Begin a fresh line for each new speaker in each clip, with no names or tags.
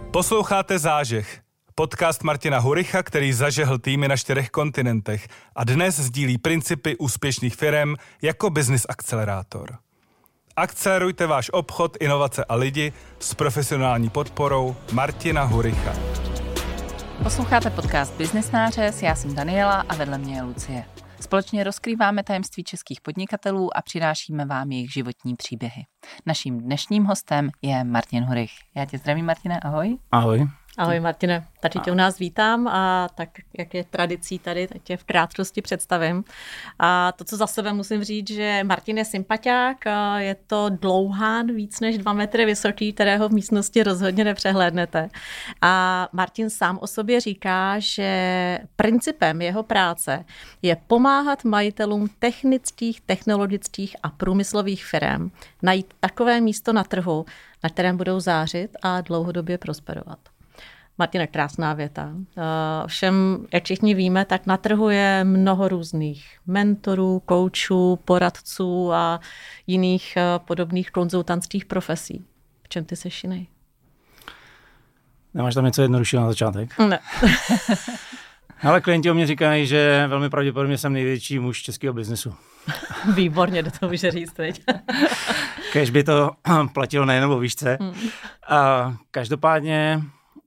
Posloucháte Zážeh, podcast Martina Huricha, který zažehl týmy na 4 kontinentech a dnes sdílí principy úspěšných firem jako business akcelerátor. Akcelerujte váš obchod, inovace a lidi s profesionální podporou Martina Huricha.
Posloucháte podcast Businessnáře, já jsem Daniela a vedle mě je Lucie. Společně rozkrýváme tajemství českých podnikatelů a přinášíme vám jejich životní příběhy. Naším dnešním hostem je Martin Hurich. Já tě zdravím, Martine, ahoj.
Ahoj.
Ahoj Martine, tady tě u nás vítám a tak, jak je tradicí tady, tak tě v krátkosti představím. A to, co za sebe musím říct, že Martin je sympatiák, je to dlouhán, víc než 2 metry vysoký, kterého v místnosti rozhodně nepřehlédnete. A Martin sám o sobě říká, že principem jeho práce je pomáhat majitelům technických, technologických a průmyslových firem najít takové místo na trhu, na kterém budou zářit a dlouhodobě prosperovat. Martina, krásná věta. Všem, jak všichni víme, tak na trhu je mnoho různých mentorů, koučů, poradců a jiných podobných konzultantských profesí. V čem ty seš jiný?
Nemáš tam něco jednoduššího na začátek?
Ne.
Ale klienti o mě říkají, že velmi pravděpodobně jsem největší muž českého biznesu.
Výborně, do toho může říct teď.
Kéž by to platilo nejen o výšce. Každopádně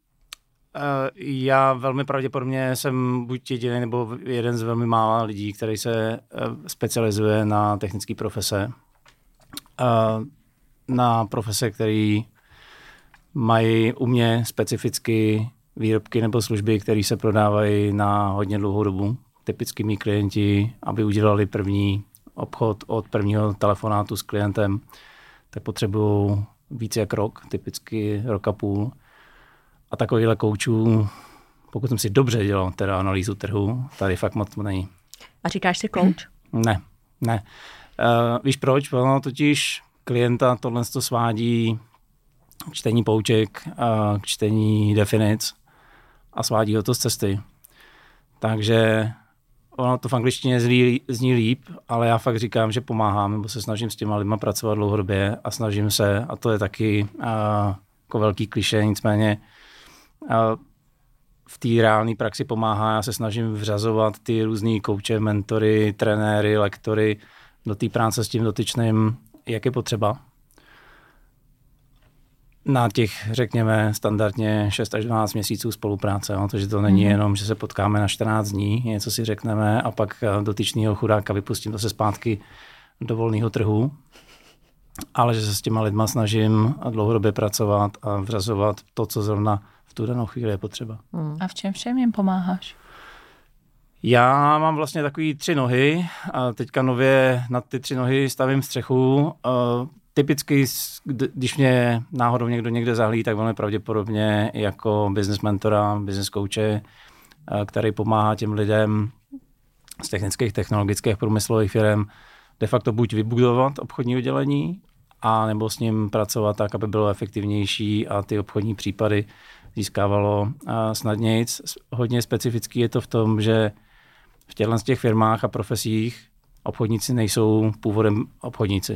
já velmi pravděpodobně jsem buď jediný nebo jeden z velmi mála lidí, který se specializuje na technické profese. Na profese, které mají u mě specificky výrobky nebo služby, které se prodávají na hodně dlouhou dobu. Typicky mý klienti, aby udělali první obchod od prvního telefonátu s klientem, tak potřebují víc jak rok, typicky rok a půl. A takovýhle koučů, pokud jsem si dobře dělal teda analýzu trhu, tady fakt moc není.
A říkáš si kouč?
Ne. Víš proč? Ono totiž klienta tohle svádí k čtení pouček, k čtení definic a svádí ho to z cesty. Takže ono to v angličtině zní líp, ale já fakt říkám, že pomáhám, nebo se snažím s těma lidma pracovat dlouhodobě a snažím se, a to je taky jako velký klišé, nicméně v té reálné praxi pomáhá. Já se snažím vřazovat ty různý kouče, mentory, trenéry, lektory do té práce s tím dotyčným, jak je potřeba. Na těch, řekněme, standardně 6 až 12 měsíců spolupráce. Takže to není jenom, že se potkáme na 14 dní, něco si řekneme a pak dotyčného chudáka vypustím zase zpátky do volného trhu. Ale že se s těma lidma snažím dlouhodobě pracovat a vřazovat to, co zrovna v tu danou chvíli je potřeba.
A v čem všem jim pomáháš?
Já mám vlastně takový 3 nohy a teďka nově nad ty 3 nohy stavím střechu. Typicky, když mě náhodou někdo někde zahlí, tak velmi pravděpodobně jako business mentora, business coache, který pomáhá těm lidem z technických, technologických, průmyslových firm de facto buď vybudovat obchodní oddělení, a nebo s ním pracovat tak, aby bylo efektivnější a ty obchodní případy získávalo snadněji. Hodně specifický je to v tom, že v těch firmách a profesích obchodníci nejsou původem obchodníci.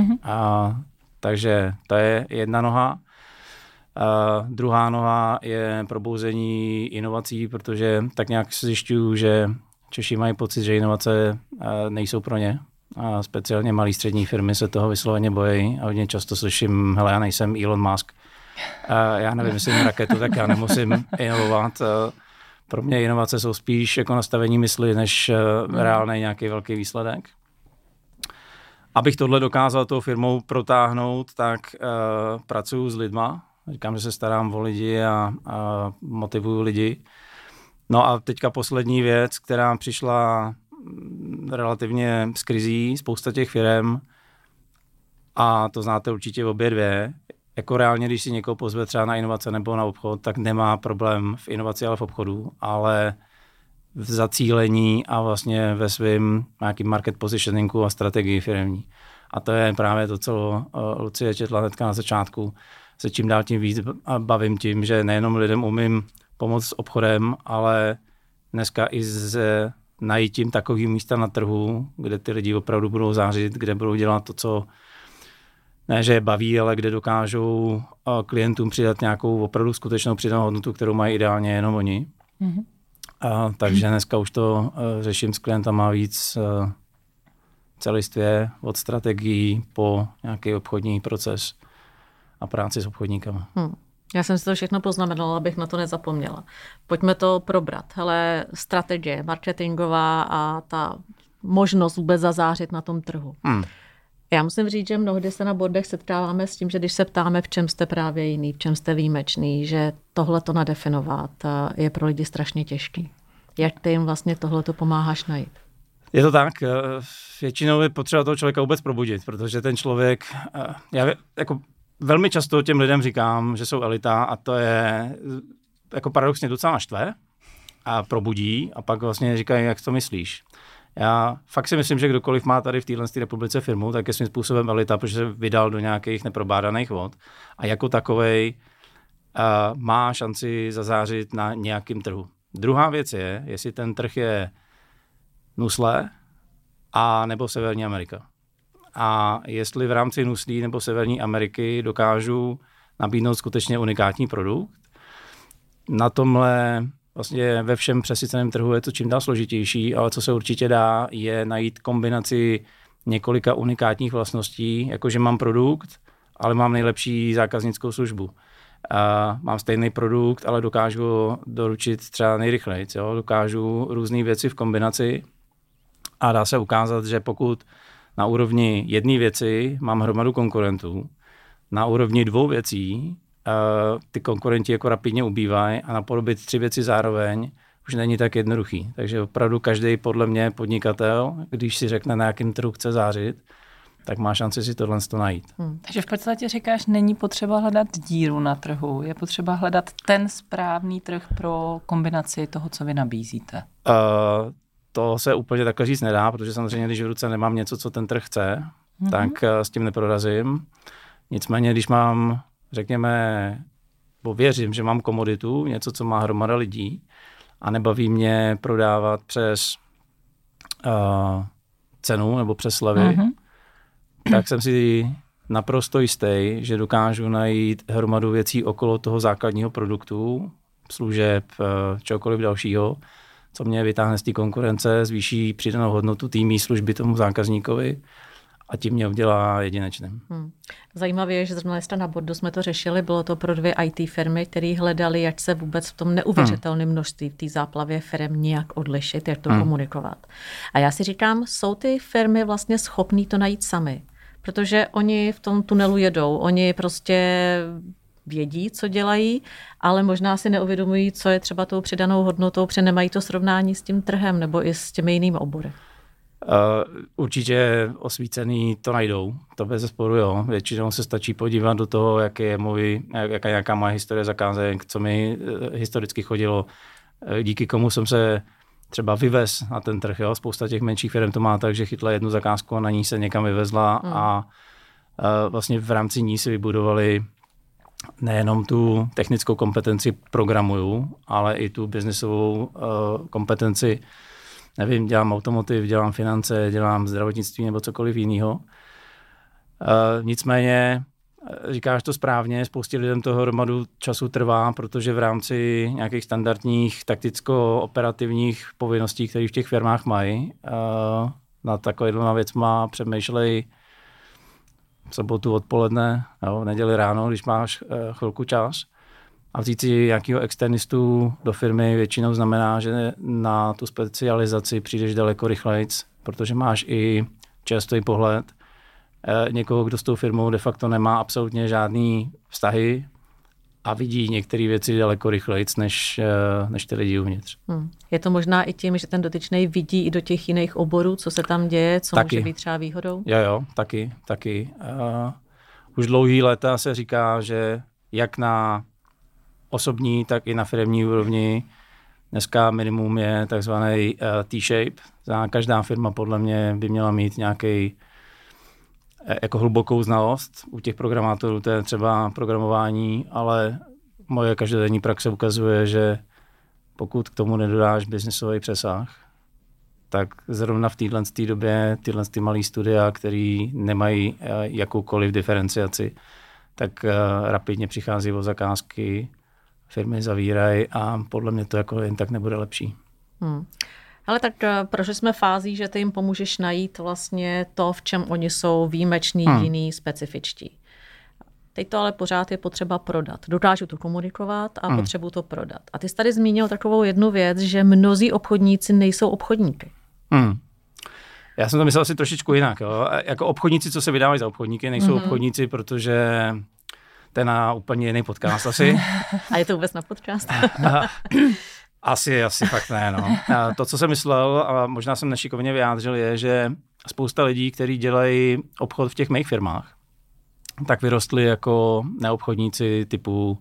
Takže to je jedna noha. Druhá noha je probouzení inovací, protože tak nějak zjišťuju, že Češi mají pocit, že inovace nejsou pro ně. A speciálně malé střední firmy se toho vysloveně bojí a hodně často slyším, hele, já nejsem Elon Musk, já nevymyslím raketu, tak já nemusím inovovat. Pro mě inovace jsou spíš jako nastavení mysli, než reálný nějaký velký výsledek. Abych tohle dokázal tou firmou protáhnout, tak pracuju s lidma. Říkám, že se starám o lidi a motivuju lidi. No a teďka poslední věc, která přišla relativně z krizí, spousta těch firem, a to znáte určitě obě dvě, jako reálně, když si někoho pozve třeba na inovace nebo na obchod, tak nemá problém v inovaci, ale v obchodu, ale v zacílení a vlastně ve svém nějakým market positioningu a strategii firemní. A to je právě to, co Lucie četla hnedka na začátku. Se čím dál tím víc bavím tím, že nejenom lidem umím pomoct s obchodem, ale dneska i najít takový místa na trhu, kde ty lidi opravdu budou zářit, kde budou dělat to, co ne, že je baví, ale kde dokážou klientům přidat nějakou opravdu skutečnou přidanou hodnotu, kterou mají ideálně jenom oni. Takže dneska už to řeším s klientama víc celistvě od strategií po nějaký obchodní proces a práci s obchodníkama.
Já jsem si to všechno poznamenala, abych na to nezapomněla. Pojďme to probrat. Hele, strategie marketingová a ta možnost vůbec zazářit na tom trhu. Já musím říct, že mnohdy se na boardech setkáváme s tím, že když se ptáme, v čem jste právě jiný, v čem jste výjimečný, že tohle to nadefinovat je pro lidi strašně těžký. Jak ty jim vlastně tohle to pomáháš najít?
Je to tak, většinou je potřeba toho člověka vůbec probudit, protože ten člověk, já jako velmi často těm lidem říkám, že jsou elita a to je jako paradoxně docela naštve a probudí a pak vlastně říkají, jak to myslíš. Já fakt si myslím, že kdokoliv má tady v téhle republice firmu, tak je svým způsobem elita, protože se vydal do nějakých neprobádaných vod a jako takovej má šanci zazářit na nějakým trhu. Druhá věc je, jestli ten trh je nuslé a nebo Severní Amerika. A jestli v rámci nuslí nebo Severní Ameriky dokážu nabídnout skutečně unikátní produkt, na tomhle vlastně ve všem přesyceném trhu je to čím dál složitější, ale co se určitě dá, je najít kombinaci několika unikátních vlastností, jakože mám produkt, ale mám nejlepší zákaznickou službu. Mám stejný produkt, ale dokážu ho doručit třeba nejrychleji. Dokážu různé věci v kombinaci a dá se ukázat, že pokud na úrovni jedné věci mám hromadu konkurentů, na úrovni 2 věcí ty konkurenti jako rapidně ubývají a napodobit 3 věci zároveň už není tak jednoduchý. Takže opravdu každý podle mě podnikatel, když si řekne, na jakém trhu chce zářit, tak má šanci si tohle najít.
Takže v podstatě říkáš, není potřeba hledat díru na trhu, je potřeba hledat ten správný trh pro kombinaci toho, co vy nabízíte.
To se úplně takhle říct nedá, protože samozřejmě, když v ruce nemám něco, co ten trh chce, tak s tím neprorazím. Nicméně, když mám, řekněme, bo věřím, že mám komoditu, něco, co má hromada lidí a nebaví mě prodávat přes cenu nebo přes slevy, tak jsem si naprosto jistý, že dokážu najít hromadu věcí okolo toho základního produktu, služeb, čokoliv dalšího, co mě vytáhne z té konkurence, zvýší přidanou hodnotu týmí služby tomu zákazníkovi a tím mě udělá jedinečným.
Zajímavé je, že zrovna na boardu jsme to řešili, bylo to pro 2 IT firmy, které hledali, jak se vůbec v tom neuvěřitelném množství v té záplavě firm nějak odlišit, jak to komunikovat. A já si říkám, jsou ty firmy vlastně schopný to najít sami, protože oni v tom tunelu jedou, oni prostě vědí, co dělají, ale možná si neuvědomují, co je třeba tou přidanou hodnotou, protože nemají to srovnání s tím trhem nebo i s těmi jinými obory.
Určitě osvícený to najdou, to bez sporu, jo. Většinou se stačí podívat do toho, jaká je nějaká moje historie zakázek, co mi historicky chodilo, díky komu jsem se třeba vyvez na ten trh. Jo. Spousta těch menších firm to má tak, že chytla jednu zakázku a na ní se někam vyvezla a vlastně v rámci ní si vybudovali nejenom tu technickou kompetenci programuju, ale i tu biznesovou kompetenci. Nevím, dělám automotiv, dělám finance, dělám zdravotnictví nebo cokoliv jiného. Nicméně, říkáš to správně, spoustě lidem toho hromadu času trvá, protože v rámci nějakých standardních takticko-operativních povinností, které v těch firmách mají, na takovýhle věcma přemýšlej v sobotu odpoledne, v neděli ráno, když máš chvilku čas. A vzít si nějakého externistu do firmy většinou znamená, že na tu specializaci přijdeš daleko rychlejc, protože máš i čerstvý pohled někoho, kdo s tou firmou de facto nemá absolutně žádný vztahy a vidí některé věci daleko rychlejc, než ty lidi uvnitř.
Je to možná i tím, že ten dotyčnej vidí i do těch jiných oborů, co se tam děje, co taky může být třeba výhodou?
Jo, taky. Už dlouhý léta se říká, že jak na osobní, tak i na firemní úrovni dneska minimum je takzvaný T-shape. Každá firma podle mě by měla mít nějaký jako hlubokou znalost. U těch programátorů to je třeba programování, ale moje každodenní praxe ukazuje, že pokud k tomu nedodáš biznesový přesah, tak zrovna v téhle době tyhle malé studia, které nemají jakoukoliv diferenciaci, tak rapidně přichází o zakázky, firmy zavírají a podle mě to jako jen tak nebude lepší.
Ale tak proč jsme fází, že ty jim pomůžeš najít vlastně to, v čem oni jsou výjimeční, jiný, specifičtí. Teď to ale pořád je potřeba prodat. Dokážu to komunikovat a potřebuji to prodat. A ty jsi tady zmínil takovou jednu věc, že mnozí obchodníci nejsou obchodníky.
Já jsem to myslel asi trošičku jinak. Jo. Jako obchodníci, co se vydávají za obchodníky, nejsou obchodníci, protože to je na úplně jiný podcast asi.
A je to vůbec na podcast?
Asi fakt ne. No. A to, co jsem myslel, a možná jsem nešikovně vyjádřil, je, že spousta lidí, kteří dělají obchod v těch mých firmách, tak vyrostli jako neobchodníci typu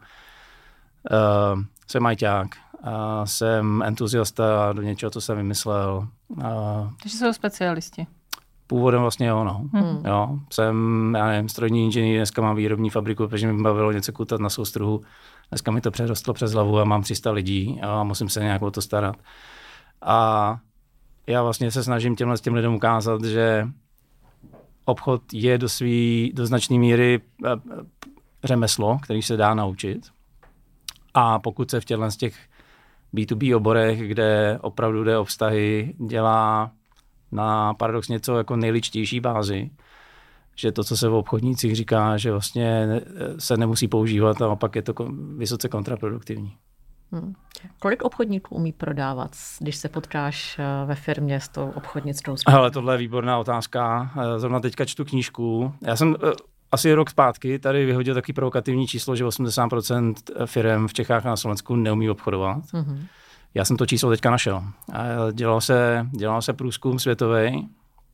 jsem ajťák, jsem entuziasta do něčeho, co jsem vymyslel.
Takže jsou specialisti.
Původem vlastně jo, no. Jo, jsem, já nevím, strojní inženýr, dneska mám výrobní fabriku, protože mi bavilo něco kutat na soustruhu. Dneska mi to přerostlo přes hlavu a mám 300 lidí a musím se nějak o to starat. A já vlastně se snažím těm lidem ukázat, že obchod je do značné míry řemeslo, který se dá naučit. A pokud se v těch B2B oborech, kde opravdu jde o vztahy, dělá na paradoxně něco jako nejličtější bázi, že to, co se v obchodnících říká, že vlastně se nemusí používat a opak je to vysoce kontraproduktivní.
Kolik obchodníků umí prodávat, když se potkáš ve firmě s tou obchodnickou?
Ale tohle je výborná otázka. Zrovna teďka čtu knížku. Já jsem asi rok zpátky tady vyhodil taky provokativní číslo, že 80% firem v Čechách a na Slovensku neumí obchodovat. Já jsem to číslo teďka našel. Dělal se průzkum světový,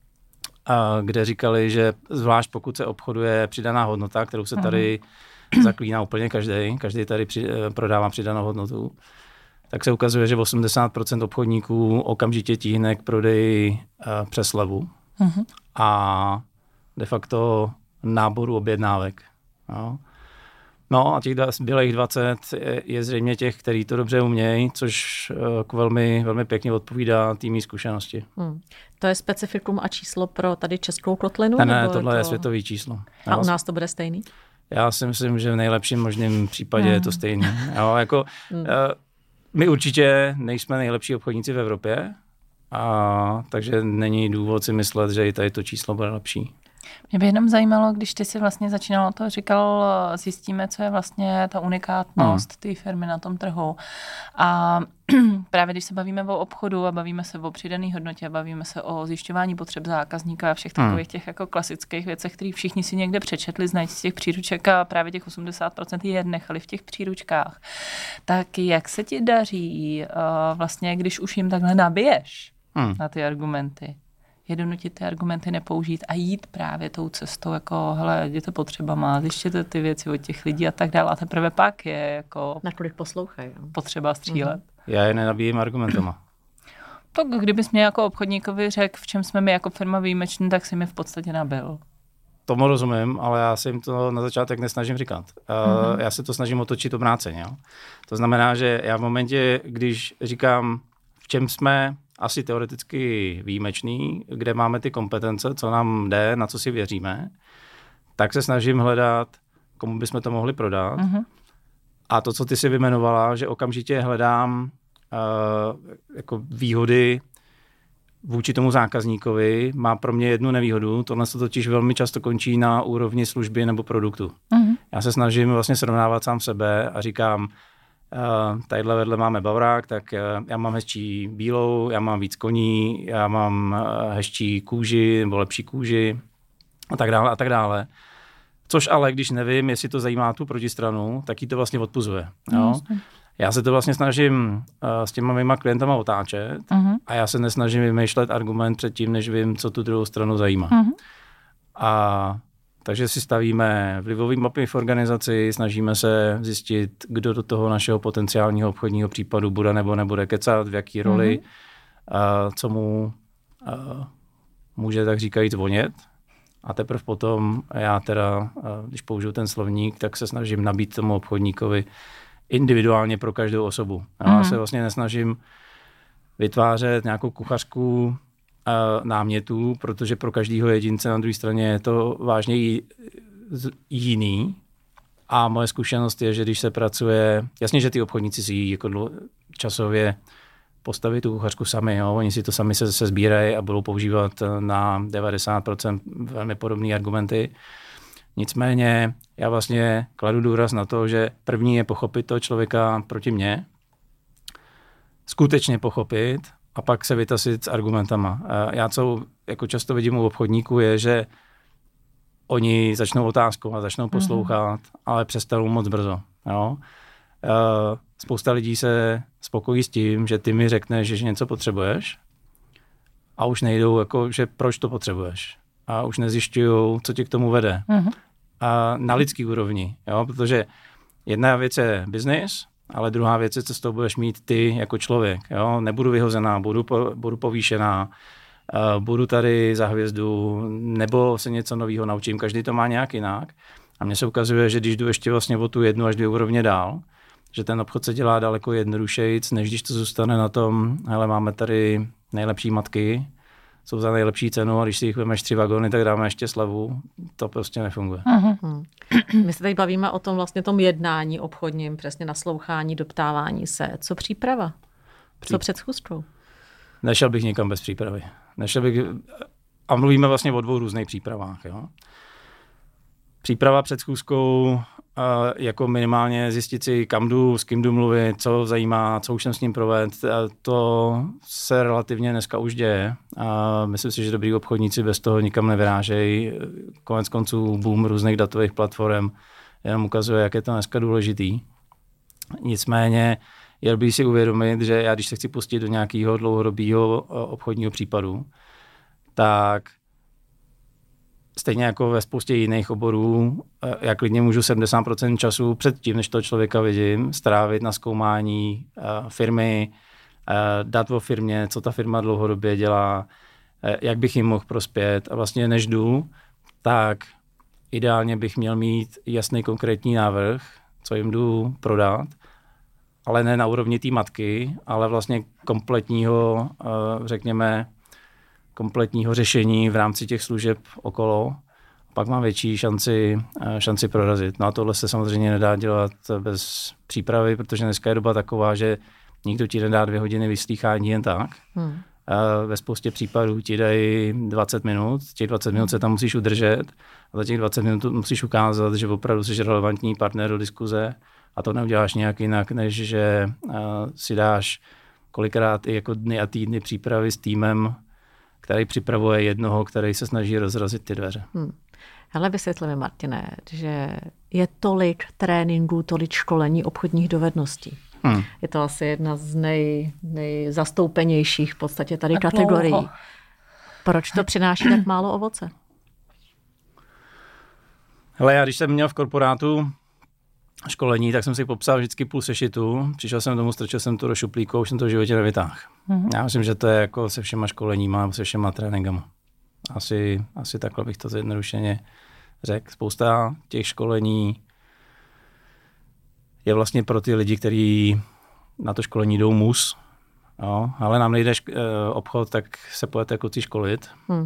kde říkali, že zvlášť pokud se obchoduje přidaná hodnota, kterou se tady zaklíná úplně každý tady prodává přidanou hodnotu, tak se ukazuje, že 80% obchodníků okamžitě tíhne k prodeji přes slevu a de facto náboru objednávek. Jo. No a těch zbylých 20 je zřejmě těch, kteří to dobře umějí, což velmi, velmi pěkně odpovídá té mý zkušenosti.
To je specifikum a číslo pro tady českou kotlinu?
Ne, tohle je světový číslo.
A u nás to bude stejný?
Já si myslím, že v nejlepším možném případě je to stejný. Jo, jako, my určitě nejsme nejlepší obchodníci v Evropě, takže není důvod si myslet, že i tady to číslo bude lepší.
Mě by jenom zajímalo, když ty si vlastně začínal to říkal, zjistíme, co je vlastně ta unikátnost té firmy na tom trhu. A právě když se bavíme o obchodu a bavíme se o přidané hodnotě, bavíme se o zjišťování potřeb zákazníka a všech takových těch jako klasických věcech, které všichni si někde přečetli, znají z těch příruček a právě těch 80% je nechali v těch příručkách. Tak jak se ti daří vlastně, když už jim takhle nabiješ na ty argumenty? Je donutit ty argumenty nepoužít a jít právě tou cestou, jako hele, jděte potřebama, zjištěte ty věci od těch lidí a tak dále. A teprve pak je jako
nakolik poslouchají.
Potřeba střílet.
Já je nenabíjím argumentama.
Tak kdybys mě jako obchodníkovi řekl, v čem jsme my jako firma výjimeční, tak si mi v podstatě nabil.
Tomu rozumím, ale já si jim to na začátek nesnažím říkat. Já se to snažím otočit obráceně. Jo? To znamená, že já v momentě, když říkám, v čem jsme asi teoreticky výjimečný, kde máme ty kompetence, co nám jde, na co si věříme, tak se snažím hledat, komu bychom to mohli prodat. A to, co ty si vyjmenovala, že okamžitě hledám jako výhody vůči tomu zákazníkovi, má pro mě jednu nevýhodu, tohle se totiž velmi často končí na úrovni služby nebo produktu. Já se snažím vlastně srovnávat sám sebe a říkám, tadyhle vedle máme bavorák, tak já mám hezčí bílou, já mám víc koní, já mám hezčí kůži nebo lepší kůži a tak dále a tak dále. Což ale, když nevím, jestli to zajímá tu protistranu, tak jí to vlastně odpuzuje. Jo? Já se to vlastně snažím s těma mýma klientama otáčet a já se nesnažím vymýšlet argument předtím, než vím, co tu druhou stranu zajímá. Takže si stavíme vlivový mapy v organizaci, snažíme se zjistit, kdo do toho našeho potenciálního obchodního případu bude nebo nebude kecat, v jaký roli, co mu může tak říkajíc vonět. A teprve potom já teda, když použiju ten slovník, tak se snažím nabít tomu obchodníkovi individuálně pro každou osobu. Já se vlastně nesnažím vytvářet nějakou kuchařku námětů, protože pro každého jedince na druhé straně je to vážně jiný. A moje zkušenost je, že když se pracuje, jasně, že ty obchodníci si jako časově postavit tu kuchařku sami, jo? Oni si to sami se sbírají a budou používat na 90% velmi podobné argumenty. Nicméně já vlastně kladu důraz na to, že první je pochopit toho člověka proti mně, skutečně pochopit a pak se vytasit s argumentama. Já co jako často vidím u obchodníků je, že oni začnou otázkou a začnou poslouchat, ale přestanou moc brzo. Jo? Spousta lidí se spokojí s tím, že ty mi řekneš, že něco potřebuješ a už nejdou, jako, že proč to potřebuješ. A už nezjišťují, co ti k tomu vede. A na lidský úrovni. Jo? Protože jedna věc je business, ale druhá věc je, co z toho budeš mít ty jako člověk. Jo? Nebudu vyhozená, budu povýšená, budu tady za hvězdu, nebo se něco nového naučím. Každý to má nějak jinak. A mně se ukazuje, že když jdu ještě vlastně o tu 1 až 2 úrovně dál, že ten obchod se dělá daleko jednodušejc, než když to zůstane na tom, hele, máme tady nejlepší matky, jsou za nejlepší cenu a když si jich vemeš 3 vagony, tak dáme ještě slavu. To prostě nefunguje.
My se tady bavíme o tom vlastně tom jednání obchodním, přesně naslouchání, doptávání se. Co příprava? Co před schůzkou?
Nešel bych nikam bez přípravy. A mluvíme vlastně o 2 různých přípravách. Jo? Příprava před schůzkou, jako minimálně zjistit si, kam jdu, s kým jdu mluvit, co zajímá, co už jsem s ním provedl. To se relativně dneska už děje. A myslím si, že dobrý obchodníci bez toho nikam nevyrážejí. Konec konců boom různých datových platform jenom ukazuje, jak je to dneska důležitý. Nicméně je dobrý si uvědomit, že já, když se chci pustit do nějakého dlouhodobého obchodního případu, tak stejně jako ve spoustě jiných oborů, já klidně můžu 70% času předtím, než toho člověka vidím, strávit na zkoumání firmy, dat o firmě, co ta firma dlouhodobě dělá, jak bych jim mohl prospět. A vlastně než jdu, tak ideálně bych měl mít jasný konkrétní návrh, co jim jdu prodat, ale ne na úrovni té matky, ale vlastně kompletního, řekněme, kompletního řešení v rámci těch služeb okolo. Pak mám větší šanci prorazit. No a tohle se samozřejmě nedá dělat bez přípravy, protože dneska je doba taková, že nikdo ti nedá 2 hodiny vyslýchání jen tak. Ve spoustě případů ti dají 20 minut, těch 20 minut se tam musíš udržet a za těch 20 minut musíš ukázat, že opravdu jsi relevantní partner do diskuze a to neuděláš nějak jinak, než že si dáš kolikrát i jako dny a týdny přípravy s týmem, který připravuje jednoho, který se snaží rozrazit ty dveře.
Hele, vysvětlíme, Martine, že je tolik tréninků, tolik školení obchodních dovedností. Je to asi jedna z nejzastoupenějších v podstatě tady kategorií. Proč to přináší tak málo ovoce?
Hele, já když jsem měl v korporátu školení, tak jsem si popsal vždycky půl sešitu. Přišel jsem domů, strčil jsem to do šuplíku a už jsem to v životě nevytáhl. Já myslím, že to je jako se všema školeníma, se všema tréninkama. Asi takhle bych to zjednodušeně řekl. Spousta těch školení je vlastně pro ty lidi, kteří na to školení jdou mus. Jo, ale nám nejde obchod, tak se pojďte kluci školit.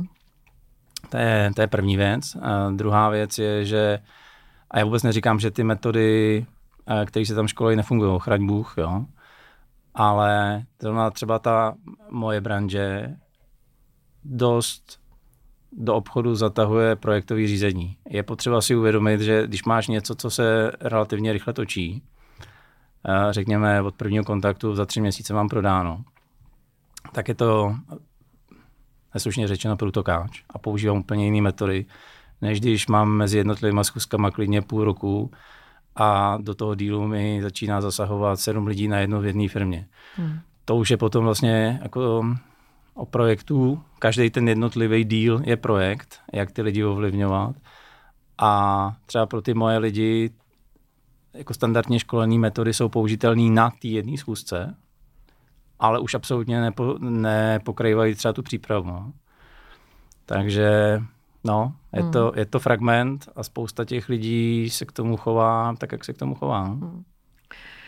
To je první věc. A druhá věc je, že a já vůbec neříkám, že ty metody, které se tam školí, nefungují, chraň Bůh, jo. Ale třeba ta moje branže dost do obchodu zatahuje projektové řízení. Je potřeba si uvědomit, že když máš něco, co se relativně rychle točí, řekněme od prvního kontaktu za 3 měsíce mám prodáno, tak je to neslušně řečeno průtokáč a používám úplně jiné metody, než když mám mezi jednotlivými schůzkama klidně půl roku a do toho dílu mi začíná zasahovat 7 lidí na jedno v jedné firmě. To už je potom vlastně jako o projektu. Každý ten jednotlivý díl je projekt, jak ty lidi ovlivňovat. A třeba pro ty moje lidi jako standardně školené metody jsou použitelné na té jedné schůzce, ale už absolutně nepokraývají třeba tu přípravu. No. Takže je to fragment a spousta těch lidí se k tomu chová tak, jak se k tomu chová.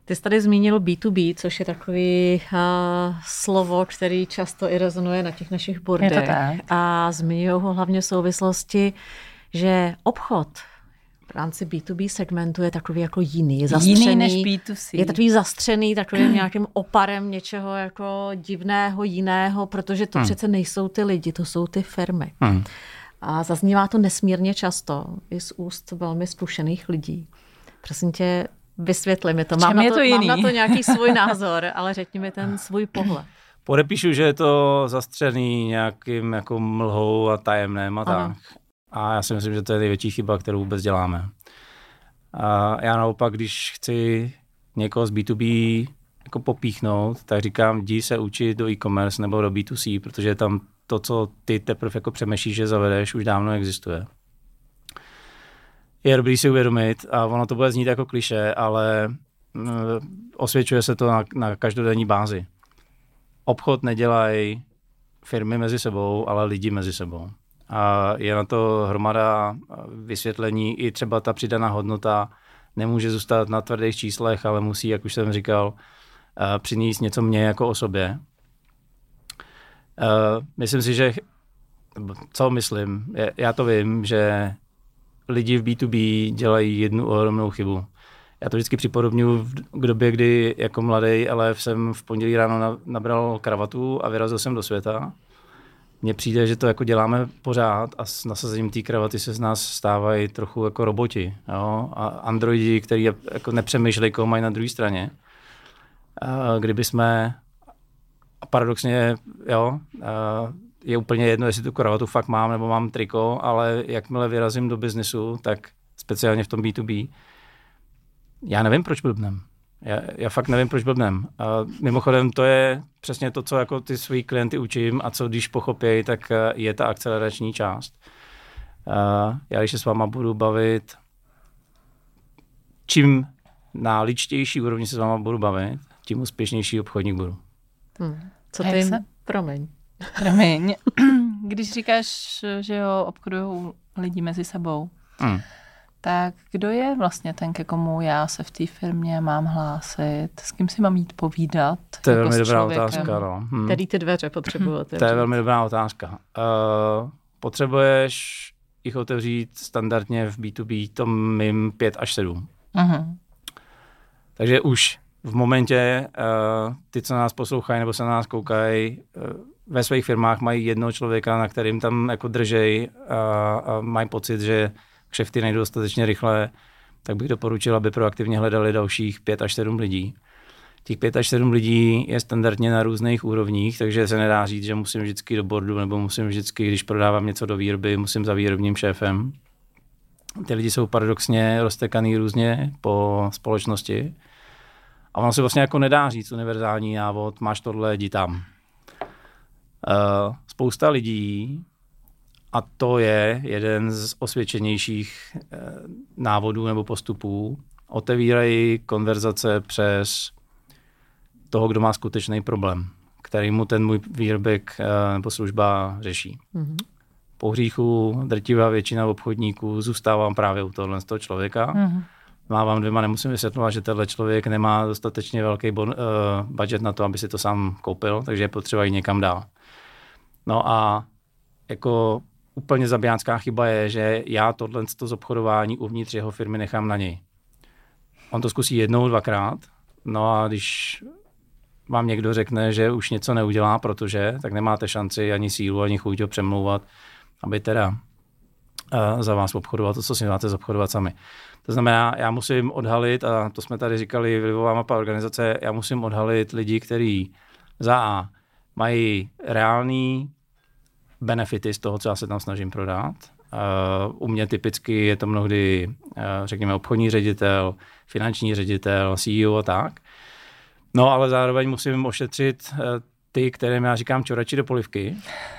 Ty jsi tady zmínil B2B, což je takový slovo, který často i rezonuje na těch našich bordech.
Je to tak.
A zmiňují ho hlavně v souvislosti, že obchod v rámci B2B segmentu je takový jako jiný, zastřený.
Jiný než B2C.
Je takový zastřený takovým nějakým oparem něčeho jako divného, jiného, protože to přece nejsou ty lidi, to jsou ty firmy. A zaznívá to nesmírně často i z úst velmi zkušených lidí. Prosím tě, vysvětli mi to. Mám na to nějaký svůj názor, ale řekni mi ten svůj pohled.
Podepíšu, že je to zastřený nějakým jako mlhou a tajemném a tak. A já si myslím, že to je největší chyba, kterou vůbec děláme. A já naopak, když chci někoho z B2B jako popíchnout, tak říkám, jdi se učit do e-commerce nebo do B2C, protože tam to, co ty teprve jako přemýšlíš, že zavedeš, už dávno existuje. Je dobrý si uvědomit, a ono to bude znít jako klišé, ale osvědčuje se to na každodenní bázi. Obchod nedělají firmy mezi sebou, ale lidi mezi sebou. A je na to hromada vysvětlení, i třeba ta přidaná hodnota nemůže zůstat na tvrdých číslech, ale musí, jak už jsem říkal, přinést něco mně jako osobě. Myslím si, že, co myslím, já to vím, že lidi v B2B dělají jednu ohromnou chybu. Já to vždycky připodobňuji k době, kdy jako mladý elef jsem v pondělí ráno nabral kravatu a vyrazil jsem do světa. Mně přijde, že to jako děláme pořád a s nasazením té kravaty se z nás stávají trochu jako roboti. Jo? A androidi, kteří jako nepřemýšlejí, koho mají na druhé straně. Kdyby jsme, paradoxně, jo, je úplně jedno, jestli tu kravatu fakt mám nebo mám triko, ale jakmile vyrazím do biznesu, tak speciálně v tom B2B, já nevím, proč blbnem. Já fakt nevím, proč blbnem. Mimochodem, to je přesně to, co jako ty svý klienty učím a co když pochopějí, tak je ta akcelerační část. Já když se s váma budu bavit, čím na ličtější úrovni se s váma budu bavit, tím úspěšnější obchodník budu.
Co ty jim? Promiň.
Když říkáš, že jo, obchodují lidi mezi sebou, tak kdo je vlastně ten, ke komu já se v té firmě mám hlásit? S kým si mám jít povídat?
To je
jako
velmi dobrá otázka. No.
Který ty dveře potřebují otevřít?
To je velmi dobrá otázka. Potřebuješ jich otevřít standardně v B2B tom mým 5 až 7. Takže už v momentě ty, co nás poslouchají nebo se na nás koukají, ve svých firmách mají jednoho člověka, na kterým tam jako držej a mají pocit, že kšefty nejdou dostatečně rychle, tak bych doporučil, aby proaktivně hledali dalších 5 až 7 lidí. Těch 5 až 7 lidí je standardně na různých úrovních, takže se nedá říct, že musím vždycky do boardu, nebo musím vždycky, když prodávám něco do výroby, musím za výrobním šéfem. Ty lidi jsou paradoxně roztekaný různě po společnosti. A ono se vlastně jako nedá říct univerzální návod, máš tohle, jdi tam. Spousta lidí, a to je jeden z osvědčenějších návodů nebo postupů, otevírají konverzace přes toho, kdo má skutečný problém, který mu ten můj výrobek nebo služba řeší. Po hříchu drtivá většina obchodníků zůstávám právě u tohle z toho člověka. Mávám dvěma, nemusím vysvětlovat, že tenhle člověk nemá dostatečně velký budget na to, aby si to sám koupil, takže je potřeba jít někam dál. No a jako úplně zabijánská chyba je, že já tohle z obchodování uvnitř jeho firmy nechám na něj. On to zkusí jednou, dvakrát, no a když vám někdo řekne, že už něco neudělá, protože, tak nemáte šanci ani sílu, ani chuť ho přemlouvat, aby teda za vás obchodovat to, co si máte zobchodovat sami. To znamená, já musím odhalit, a to jsme tady říkali, vlivová mapa organizace, já musím odhalit lidi, kteří za A mají reální benefity z toho, co já se tam snažím prodat. U mě typicky je to mnohdy, řekněme, obchodní ředitel, finanční ředitel, CEO a tak. No, ale zároveň musím ošetřit ty, kterým já říkám čorači do polivky.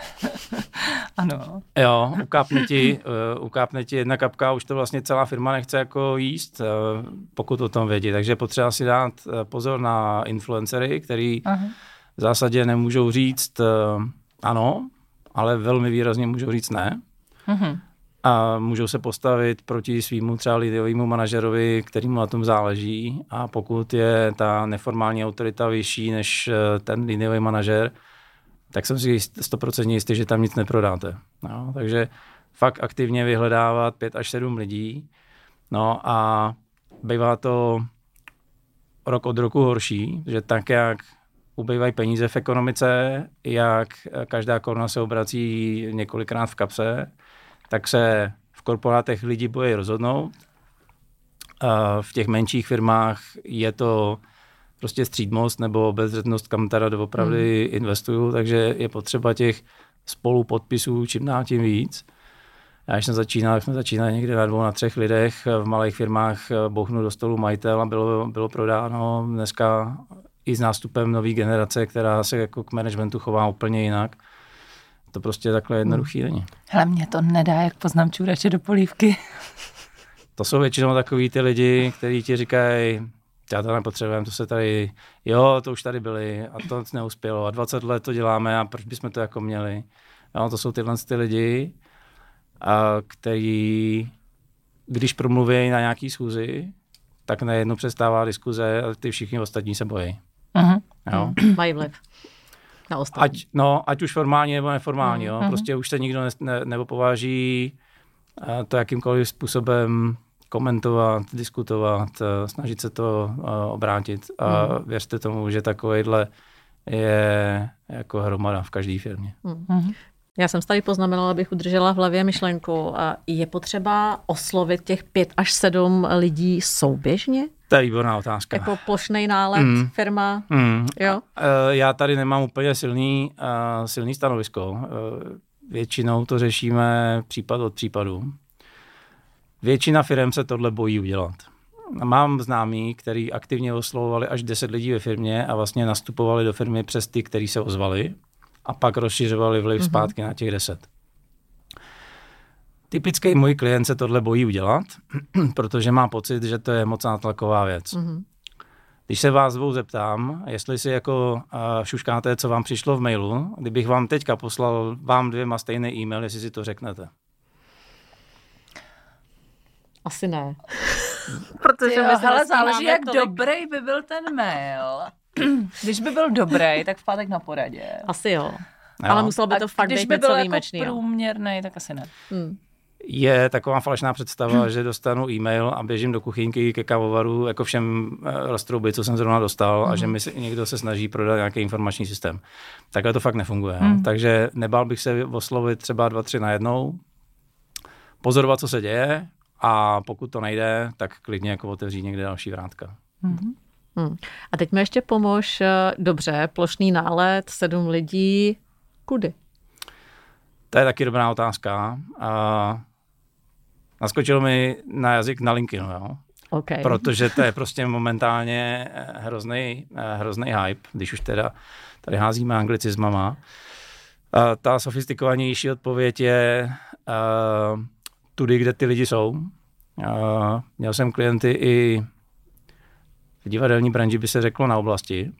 Ano.
Jo, ukápne ti jedna kapka, už to vlastně celá firma nechce jako jíst, pokud o tom vědí. Takže potřeba si dát pozor na influencery, který v zásadě nemůžou říct ano, ale velmi výrazně můžou říct ne. a můžou se postavit proti svýmu třeba lidiovému manažerovi, kterýmu na tom záleží, a pokud je ta neformální autorita vyšší než ten lidiový manažer, tak jsem si 100% jistý, že tam nic neprodáte. No, takže fakt aktivně vyhledávat 5 až 7 lidí. No a bývá to rok od roku horší, že tak, jak ubývají peníze v ekonomice, jak každá koruna se obrací několikrát v kapse, tak se v korporátech lidi bojí rozhodnout. A v těch menších firmách je to prostě střídmost nebo obezřetnost, kam teda doopravdy investuju, takže je potřeba těch spolupodpisů čím dál tím víc. Já když jsme začínali někde na 2, na 3 lidech, v malých firmách bouchnu do stolu majitel a bylo prodáno. Dneska i s nástupem nové generace, která se jako k managementu chová úplně jinak. To prostě takhle jednoduchý není.
Hele, mě to nedá, jak poznám čůrače do polívky.
To jsou většinou takový ty lidi, kteří ti říkají, já to nepotřebujeme, to se tady, to už tady byli a to neuspělo a 20 let to děláme a proč bychom to jako měli. Jo, to jsou tyhle ty lidi, který, když promluví na nějaký schůzi, tak najednou přestává diskuze a ty všichni ostatní se bojí. Jo?
Mají vliv na ostatní.
Ať už formální nebo neformální. Jo? Prostě už se nikdo nepováží to jakýmkoliv způsobem komentovat, diskutovat, snažit se to obrátit. A věřte tomu, že takovejhle je jako hromada v každé firmě.
Já jsem tady poznamenala, abych udržela v hlavě myšlenku. Je potřeba oslovit těch 5 až 7 lidí souběžně?
To je výborná otázka.
Jako plošnej nálet, firma? Jo?
Já tady nemám úplně silný stanovisko. Většinou to řešíme případ od případu. Většina firem se tohle bojí udělat. Mám známí, který aktivně oslovovali až 10 lidí ve firmě a vlastně nastupovali do firmy přes ty, kteří se ozvali a pak rozšiřovali vliv zpátky na těch 10. Typický můj klient se tohle bojí udělat, protože má pocit, že to je moc nátlaková věc. Když se vás dvou zeptám, jestli si jako šuškáte, co vám přišlo v mailu, kdybych vám teďka poslal vám 2 stejný e-mail, jestli si to řeknete.
Asi ne.
Protože hele, záleží, jak dobrý by byl ten mail. Když by byl dobrý, tak v pátek na poradě.
Asi jo. Ale muselo by to fakt být něco výjimečný.
Když by byl jako průměrný, tak asi ne.
Je taková falešná představa, že dostanu e-mail a běžím do kuchyňky ke kávovaru, jako všem roztroubit, co jsem zrovna dostal, a že mi někdo se snaží prodat nějaký informační systém. Takhle to fakt nefunguje. Takže nebál bych se oslovit třeba 2, 3 najednou, pozorovat, co se děje, a pokud to nejde, tak klidně jako otevřít někde další vrátka.
A teď mi ještě pomož. Dobře, plošný nálet, 7 lidí. Kudy?
To je taky dobrá otázka. Naskočilo mi na jazyk na LinkedInu, jo?
Okay.
Protože to je prostě momentálně hrozný hype, když už teda tady házíme anglicizmama. Ta sofistikovanější odpověď je tudy, kde ty lidi jsou. Měl jsem klienty i v divadelní branži, by se řeklo, na oblasti.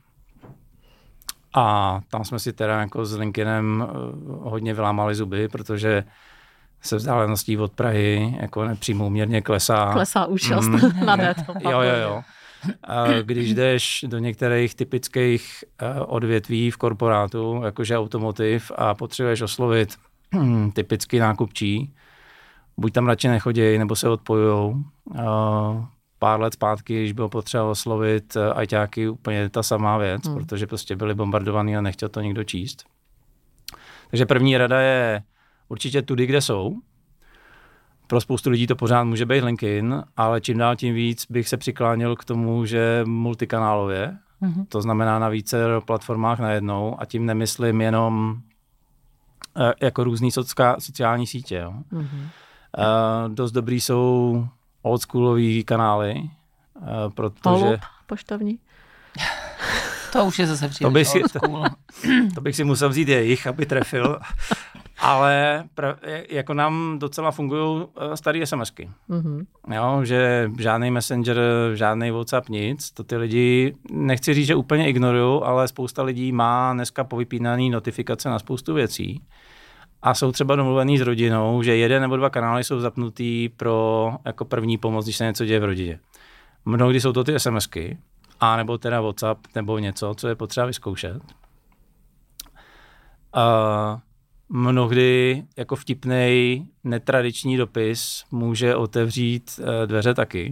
A tam jsme si teda jako s LinkedInem hodně vylámali zuby, protože se vzdáleností od Prahy jako nepřímo úměrně klesá.
Klesá účast na této.
Jo. Když jdeš do některých typických odvětví v korporátu, jakože automotiv, a potřebuješ oslovit typický nákupčí, buď tam radši nechodí, nebo se odpojujou. Pár let zpátky, když bylo potřeba oslovit ajťáky, úplně ta samá věc, protože prostě byli bombardovaný a nechtěl to nikdo číst. Takže první rada je určitě tudy, kde jsou. Pro spoustu lidí to pořád může být LinkedIn, ale čím dál tím víc bych se přikláněl k tomu, že multikanálově, to znamená na více platformách najednou, a tím nemyslím jenom jako různý sociální sítě. Jo. Dost dobrý jsou oldschoolový kanály, protože...
Holub poštovní?
To už je zase příliš oldschool.
To bych si musel vzít jejich, aby trefil. Ale jako nám docela fungují staré SMSky. Jo, že žádný Messenger, žádný WhatsApp, nic. To ty lidi, nechci říct, že úplně ignorujou, ale spousta lidí má dneska povypínaný notifikace na spoustu věcí. a jsou třeba domluvený s rodinou, že 1 nebo 2 kanály jsou zapnutý pro jako první pomoc, když se něco děje v rodině. Mnohdy jsou to ty SMSky, a nebo teda WhatsApp, nebo něco, co je potřeba vyzkoušet. Mnohdy jako vtipnej, netradiční dopis může otevřít dveře taky.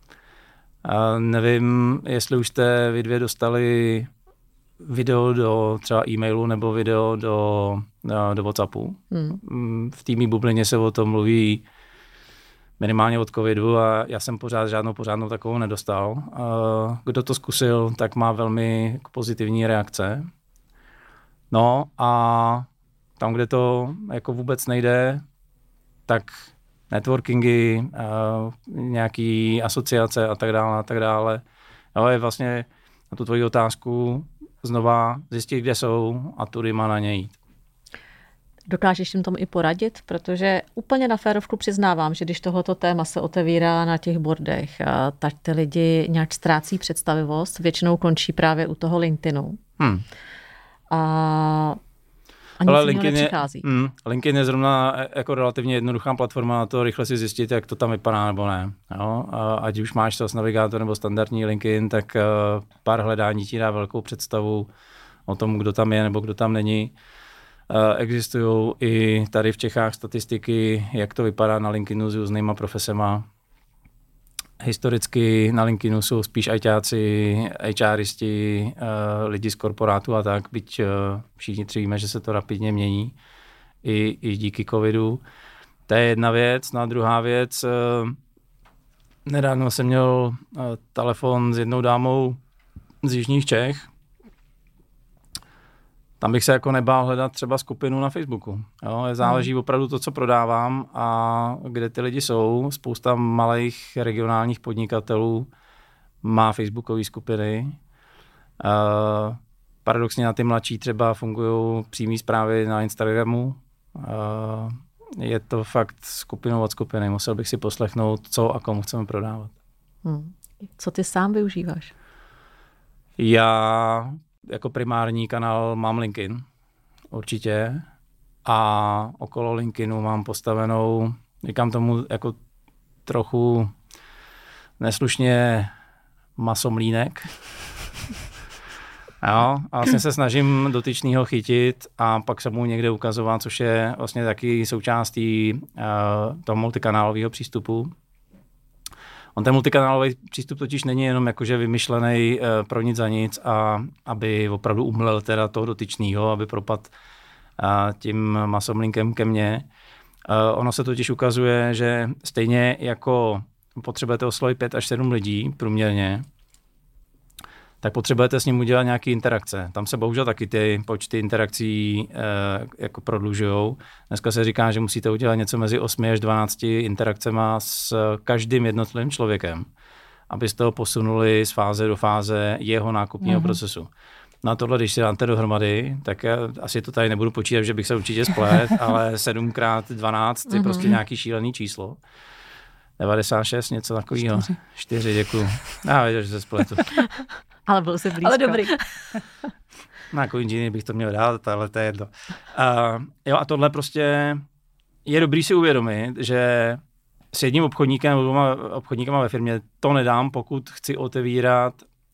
Nevím, jestli už jste vy 2 dostali video do třeba e-mailu nebo video do WhatsAppu. V té mý bublině se o tom mluví minimálně od covidu a já jsem žádnou pořádnou takovou nedostal. Kdo to zkusil, tak má velmi pozitivní reakce. No a tam, kde to jako vůbec nejde, tak networkingy, nějaký asociace a tak dále. Jo, je vlastně na tu tvoji otázku znova zjistit, kde jsou a tudyma na ně jít.
Dokážeš jim tomu i poradit? Protože úplně na férovku přiznávám, že když tohoto téma se otevírá na těch boardech, tak ty lidi nějak ztrácí představivost, většinou končí právě u toho LinkedInu. A nic LinkedIn nepřichází.
LinkedIn je zrovna jako relativně jednoduchá platforma na to rychle si zjistit, jak to tam vypadá nebo ne. Jo? Ať už máš to s navigátor nebo standardní LinkedIn, tak pár hledání ti dá velkou představu o tom, kdo tam je nebo kdo tam není. Existují i tady v Čechách statistiky, jak to vypadá na LinkedInu s různýma profesema. Historicky na LinkedInu jsou spíš ajťáci, HRisti, lidi z korporátu a tak, byť všichni víme, že se to rapidně mění i díky covidu. To je jedna věc. No a druhá věc, nedávno jsem měl telefon s jednou dámou z jižních Čech. Tam bych se jako nebál hledat třeba skupinu na Facebooku. Jo? Záleží opravdu to, co prodávám a kde ty lidi jsou. Spousta malých regionálních podnikatelů má facebookové skupiny. Paradoxně na ty mladší třeba fungují přímé zprávy na Instagramu. Je to fakt skupinou od skupiny. Musel bych si poslechnout, co a komu chceme prodávat.
Co ty sám využíváš?
Já jako primární kanál mám LinkedIn, určitě. A okolo LinkedInu mám postavenou, říkám tomu jako trochu neslušně masomlínek. Jo, a vlastně se snažím dotyčného chytit a pak se mu někde ukazovat, což je vlastně taky součástí toho multikanálového přístupu. On ten multikanálový přístup totiž není jenom jakože vymyšlený pro nic za nic a aby opravdu umlel teda toho dotyčného, aby propad tím masomlinkem ke mně. Ono se totiž ukazuje, že stejně jako potřebujete oslovit 5 až 7 lidí průměrně, tak potřebujete s ním udělat nějaké interakce. Tam se bohužel taky ty počty interakcí jako prodlužujou. Dneska se říká, že musíte udělat něco mezi 8 až 12 interakcema s každým jednotlivým člověkem, abyste ho posunuli z fáze do fáze jeho nákupního procesu. No a tohle, když si dáte dohromady, tak já asi to tady nebudu počítat, že bych se určitě splet, ale 7x12 je prostě nějaký šílený číslo. 96, něco takového. 4, děkuju. Já věděl, že se spletu.
Ale byl jsi blízko.
Ale dobrý.
Na jako inženýr bych to měl dát, ale to je jedno. Jo, a tohle prostě je dobrý si uvědomit, že s jedním obchodníkem nebo 2 obchodníkama ve firmě to nedám, pokud chci otevírat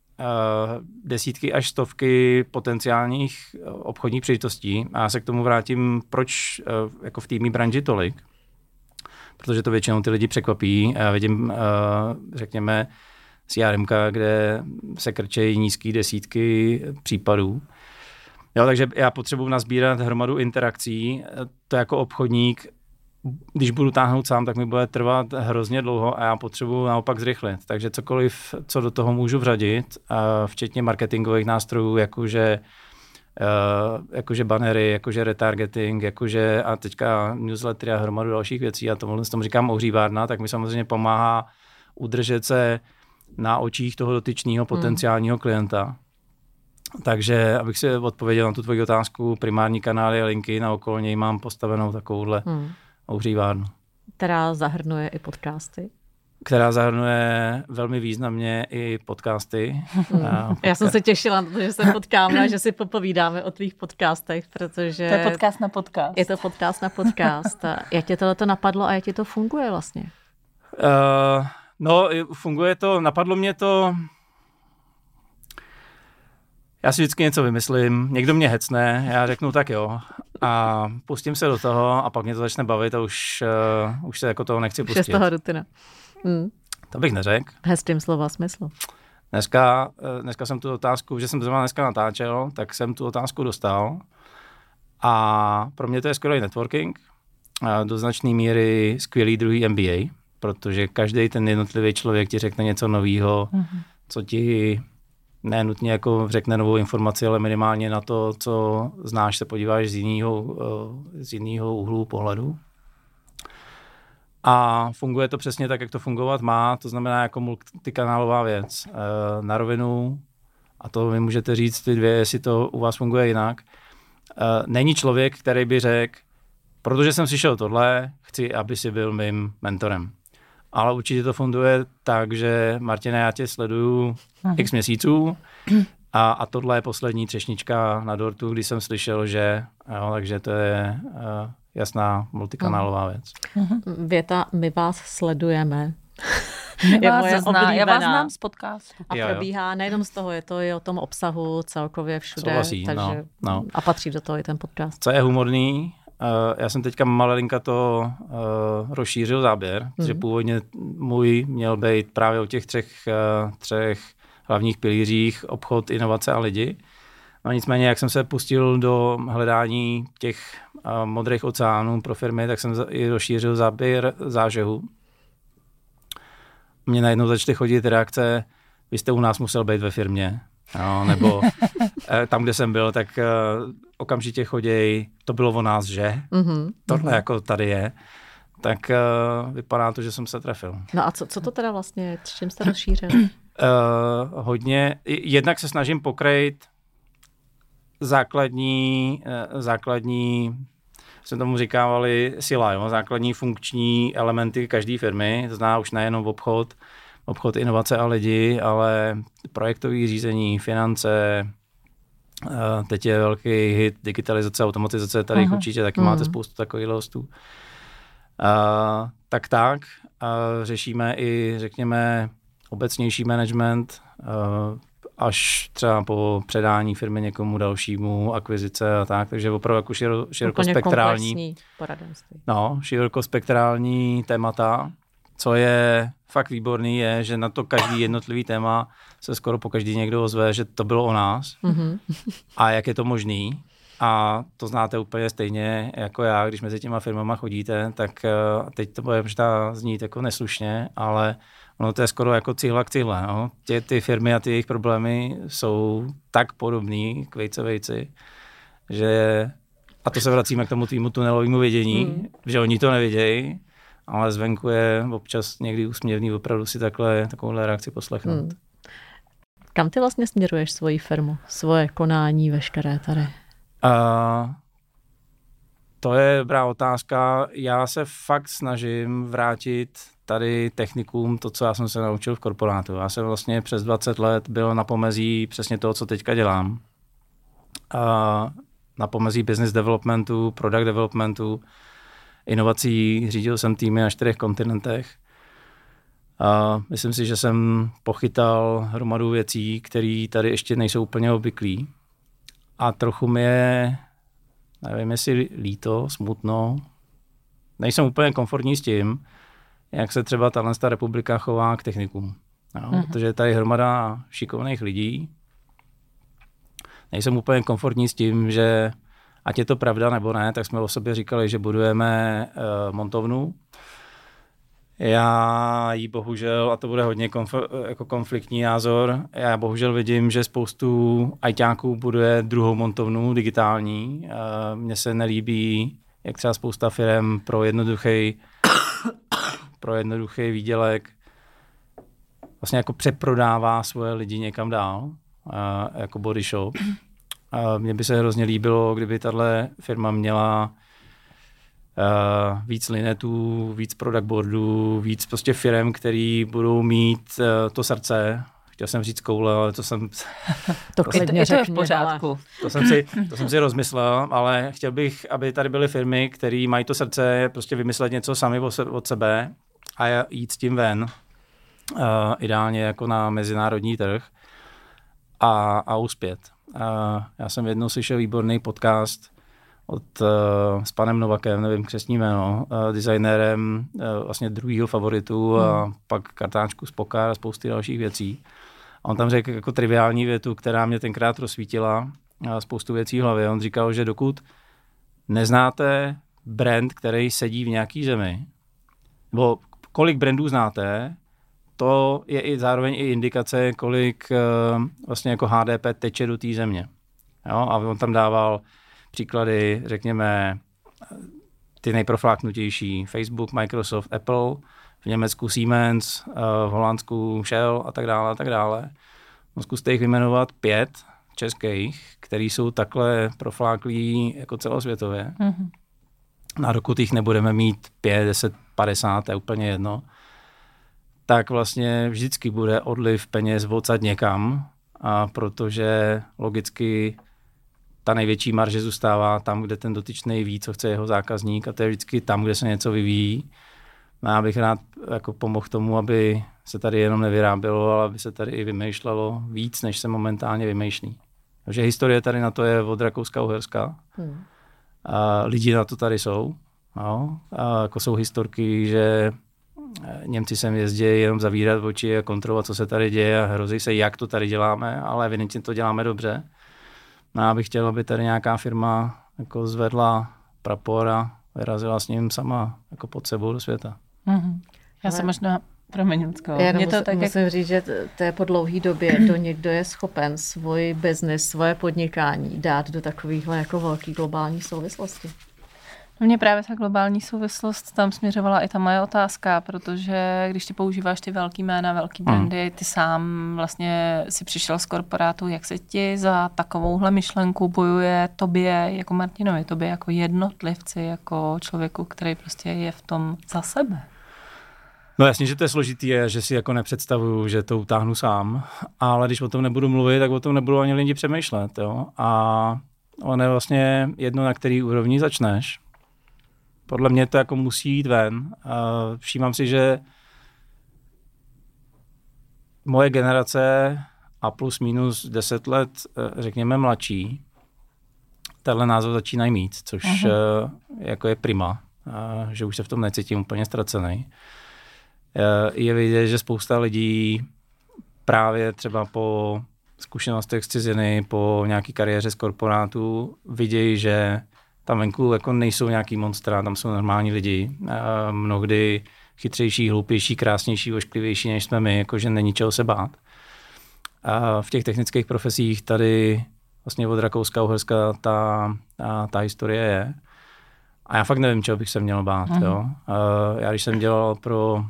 desítky až stovky potenciálních obchodních příležitostí. A já se k tomu vrátím, proč jako v týmní branži tolik. Protože to většinou ty lidi překvapí. Vidím, řekněme, CRMka, kde se krčejí nízké desítky případů. Jo, takže já potřebuji nazbírat hromadu interakcí. To jako obchodník, když budu táhnout sám, tak mi bude trvat hrozně dlouho a já potřebuji naopak zrychlit. Takže cokoliv, co do toho můžu vřadit, včetně marketingových nástrojů, jakože banery, jakože retargeting, jakože a teďka newslettery a hromadu dalších věcí a tomu říkám ohřívárna, tak mi samozřejmě pomáhá udržet se na očích toho dotyčného potenciálního klienta. Takže, abych si odpověděl na tu tvoji otázku, primární kanály a linky na okolo něj mám postavenou takovouhle ohřívárnu.
Která zahrnuje i podcasty?
která zahrnuje velmi významně i podcasty.
Já jsem se těšila na to, že se potkáme a že si popovídáme o tvých podcastech, protože...
To je podcast na podcast.
Je to podcast na podcast. Jak tě tohleto napadlo a jak ti to funguje vlastně?
No, funguje to, napadlo mě to... Já si vždycky něco vymyslím, někdo mě hecne, já řeknu tak jo a pustím se do toho a pak mě to začne bavit a už se jako toho nechci pustit.
Už je z toho rutina.
To bych neřekl.
Hezkým slova smyslu.
Dneska jsem tu otázku, že jsem to dneska natáčel, tak jsem tu otázku dostal a pro mě to je skvělý networking, do značné míry skvělý druhý MBA, protože každý ten jednotlivý člověk ti řekne něco nového, co ti ne nutně jako řekne novou informaci, ale minimálně na to, co znáš, se podíváš z jiného úhlu pohledu. A funguje to přesně tak, jak to fungovat má, to znamená jako multikanálová věc. Na rovinu, a to vy můžete říct ty dvě, jestli to u vás funguje jinak, není člověk, který by řekl, protože jsem slyšel tohle, chci, aby si byl mým mentorem. Ale určitě to funguje tak, že Martina, já tě sleduju x měsíců a tohle je poslední třešnička na dortu, kdy jsem slyšel, že jo, takže to je jasná multikanálová věc.
Věta, my vás sledujeme.
Já vás znám z podcastu.
A probíhá nejenom z toho, je to i o tom obsahu celkově všude.
Souhlasí,
takže, a patří do toho i ten podcast.
Co je humorný, já jsem teďka malinka to rozšířil záběr, protože původně můj měl být právě o těch třech hlavních pilířích obchod, inovace a lidi. No nicméně, jak jsem se pustil do hledání těch modrých oceánů pro firmy, tak jsem i rozšířil záběr zážehu. Mně najednou začaly chodit reakce, vy jste u nás musel být ve firmě, no, nebo tam, kde jsem byl, tak okamžitě choděj, to bylo o nás, že? Tohle jako tady je. Tak vypadá to, že jsem se trefil.
No a co to teda vlastně, s čím jste rozšířil?
Hodně, jednak se snažím pokrýt základní jsme tomu říkávali sila, jo? Základní funkční elementy každé firmy, to zná už nejenom obchod, inovace a lidi, ale projektové řízení, finance, teď je velký hit digitalizace, automatizace, tady určitě taky máte spoustu takových hostů. Tak, řešíme i, řekněme, obecnější management, až třeba po předání firmy někomu dalšímu, akvizice a tak, takže opravdu jako širokospektrální
poradenství.
No, širokospektrální témata. Co je fakt výborný, je, že na to každý jednotlivý téma se skoro po každý někdo ozve, že to bylo o nás a jak je to možný. A to znáte úplně stejně jako já, když mezi těma firmama chodíte, tak teď to bude možná znít jako neslušně, ale ono to je skoro jako cihla k cihle. No. Ty firmy a ty jejich problémy jsou tak podobný k vejci, že a to se vracíme k tomu týmu tunelovému vidění, že oni to nevidějí, ale zvenku je občas někdy úsměvný opravdu si takovouhle reakci poslechnout.
Kam ty vlastně směruješ svoji firmu, svoje konání veškeré tady?
To je dobrá otázka. Já se fakt snažím vrátit tady technikům to, co já jsem se naučil v korporátu. Já jsem vlastně přes 20 let byl na pomezí přesně toho, co teďka dělám. Na pomezí business developmentu, product developmentu, inovací, řídil jsem týmy na 4 kontinentech. Myslím si, že jsem pochytal hromadu věcí, které tady ještě nejsou úplně obvyklý. A trochu mi je, nevím, jestli líto, smutno. Nejsem úplně komfortní s tím, jak se třeba ta republika chová k technikům. No, protože je tady hromada šikovných lidí. Nejsem úplně komfortní s tím, že ať je to pravda nebo ne, tak jsme o sobě říkali, že budujeme montovnu. Já jí bohužel, a to bude hodně jako konfliktní názor, já bohužel vidím, že spoustu ajťáků buduje druhou montovnu digitální. Mně se nelíbí, jak třeba spousta firem pro jednoduchý výdělek vlastně jako přeprodává svoje lidi někam dál, jako body shop. Mně by se hrozně líbilo, kdyby tahle firma měla víc linetů, víc product boardů, víc prostě firem, který budou mít to srdce. Chtěl jsem říct koule, ale to jsem...
To klidně
to je v pořádku.
To jsem si rozmyslel, ale chtěl bych, aby tady byly firmy, které mají to srdce prostě vymyslet něco sami od sebe a jít s tím ven. Ideálně jako na mezinárodní trh a uspět. Já jsem jednou slyšel výborný podcast s panem Novakem, nevím křestní jméno, designérem vlastně druhýho favoritu a pak kartáčku z Poker a spousty dalších věcí. A on tam řekl jako triviální větu, která mě tenkrát rozsvítila spoustu věcí v hlavě. On říkal, že dokud neznáte brand, který sedí v nějaký zemi, nebo kolik brandů znáte, to je i zároveň i indikace, kolik vlastně jako HDP teče do té země. Jo? A on tam dával příklady, řekněme, ty nejprofláknutější, Facebook, Microsoft, Apple, v Německu Siemens, v Holandsku Shell a tak dále, a tak dále. No, zkuste jich vyjmenovat 5 českých, který jsou takhle profláklí jako celosvětově. Mm-hmm. A dokud jich nebudeme mít 5, 10, 50, je úplně jedno, tak vlastně vždycky bude odliv peněz odsad někam, a protože logicky ta největší marže zůstává tam, kde ten dotyčný ví, co chce jeho zákazník, a to je vždycky tam, kde se něco vyvíjí. No, já bych rád jako pomohl tomu, aby se tady jenom nevyrábělo, ale aby se tady i vymýšlelo víc, než se momentálně vymýšlí. Takže historie tady na to je od Rakouska-Uherska. A lidi na to tady jsou. No. A jako jsou historky, že Němci sem jezdí jenom zavírat oči a kontrolovat, co se tady děje, a hrozí se, jak to tady děláme, ale evidentně to děláme dobře. No, já bych chtěl, aby tady nějaká firma jako zvedla prapor a vyrazila s ním sama jako pod sebou do světa.
Mm-hmm. Já jsem možná
musím říct, že to je po dlouhé době, kdo někdo je schopen svůj biznis, svoje podnikání dát do takovýchhle jako velký globální souvislosti.
Mně právě ta globální souvislost tam směřovala i ta moje otázka, protože když ty používáš ty velký jména, velký brandy, ty sám vlastně si přišel z korporátu, jak se ti za takovouhle myšlenku bojuje tobě jako Martinovi, tobě jako jednotlivci, jako člověku, který prostě je v tom za sebe?
No jasně, že to je složitý, že si jako nepředstavuju, že to utáhnu sám, ale když o tom nebudu mluvit, tak o tom nebudou ani lidi přemýšlet. Jo? A ono je vlastně jedno, na který úrovni začneš. Podle mě to jako musí jít ven. Všímám si, že moje generace a plus minus 10 let, řekněme mladší, tenhle názor začínají mít, což jako je prima, že už se v tom necítím úplně ztracený. Je vidět, že spousta lidí právě třeba po zkušenostech z ciziny, po nějaký kariéře z korporátu vidějí, že tam venku jako nejsou nějaký monstra, tam jsou normální lidi, mnohdy chytřejší, hloupější, krásnější, ošklivější, než jsme my, jakože není čeho se bát. A v těch technických profesích tady vlastně od Rakouska-Uherska ta historie je. A já fakt nevím, čeho bych se měl bát. Jo. Já když jsem dělal pro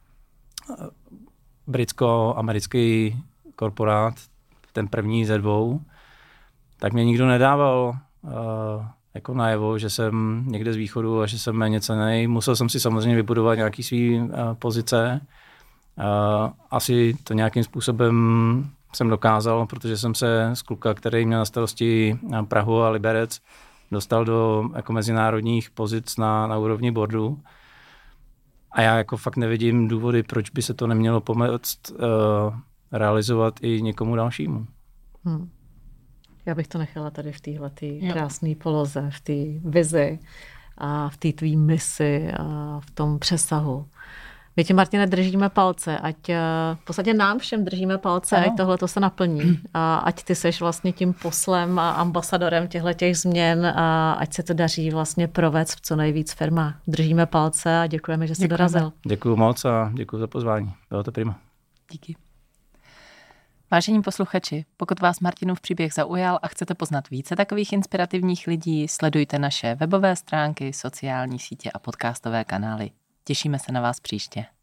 britsko-americký korporát, ten první ze 2, tak mě nikdo nedával jako najevo, že jsem někde z východu a že jsem méně cennej. Musel jsem si samozřejmě vybudovat nějaký svý pozice. Asi to nějakým způsobem jsem dokázal, protože jsem se z kluka, který měl na starosti Prahu a Liberec, dostal do jako mezinárodních pozic na úrovni boardu. A já jako fakt nevidím důvody, proč by se to nemělo pomoct realizovat i někomu dalšímu.
Já bych to nechala tady v téhletý krásné poloze, v té vizi a v té tvý misi a v tom přesahu. My ti, Martine, držíme palce, ať v podstatě nám všem držíme palce, ať tohle to se naplní. A ať ty seš vlastně tím poslem a ambasadorem těchto změn a ať se to daří vlastně provést v co nejvíc firmách. Držíme palce a děkujeme, že jsi dorazil.
Děkuju moc a děkuju za pozvání. Bylo to prima.
Díky. Vážení posluchači, pokud vás Martinův příběh zaujal a chcete poznat více takových inspirativních lidí, sledujte naše webové stránky, sociální sítě a podcastové kanály. Těšíme se na vás příště.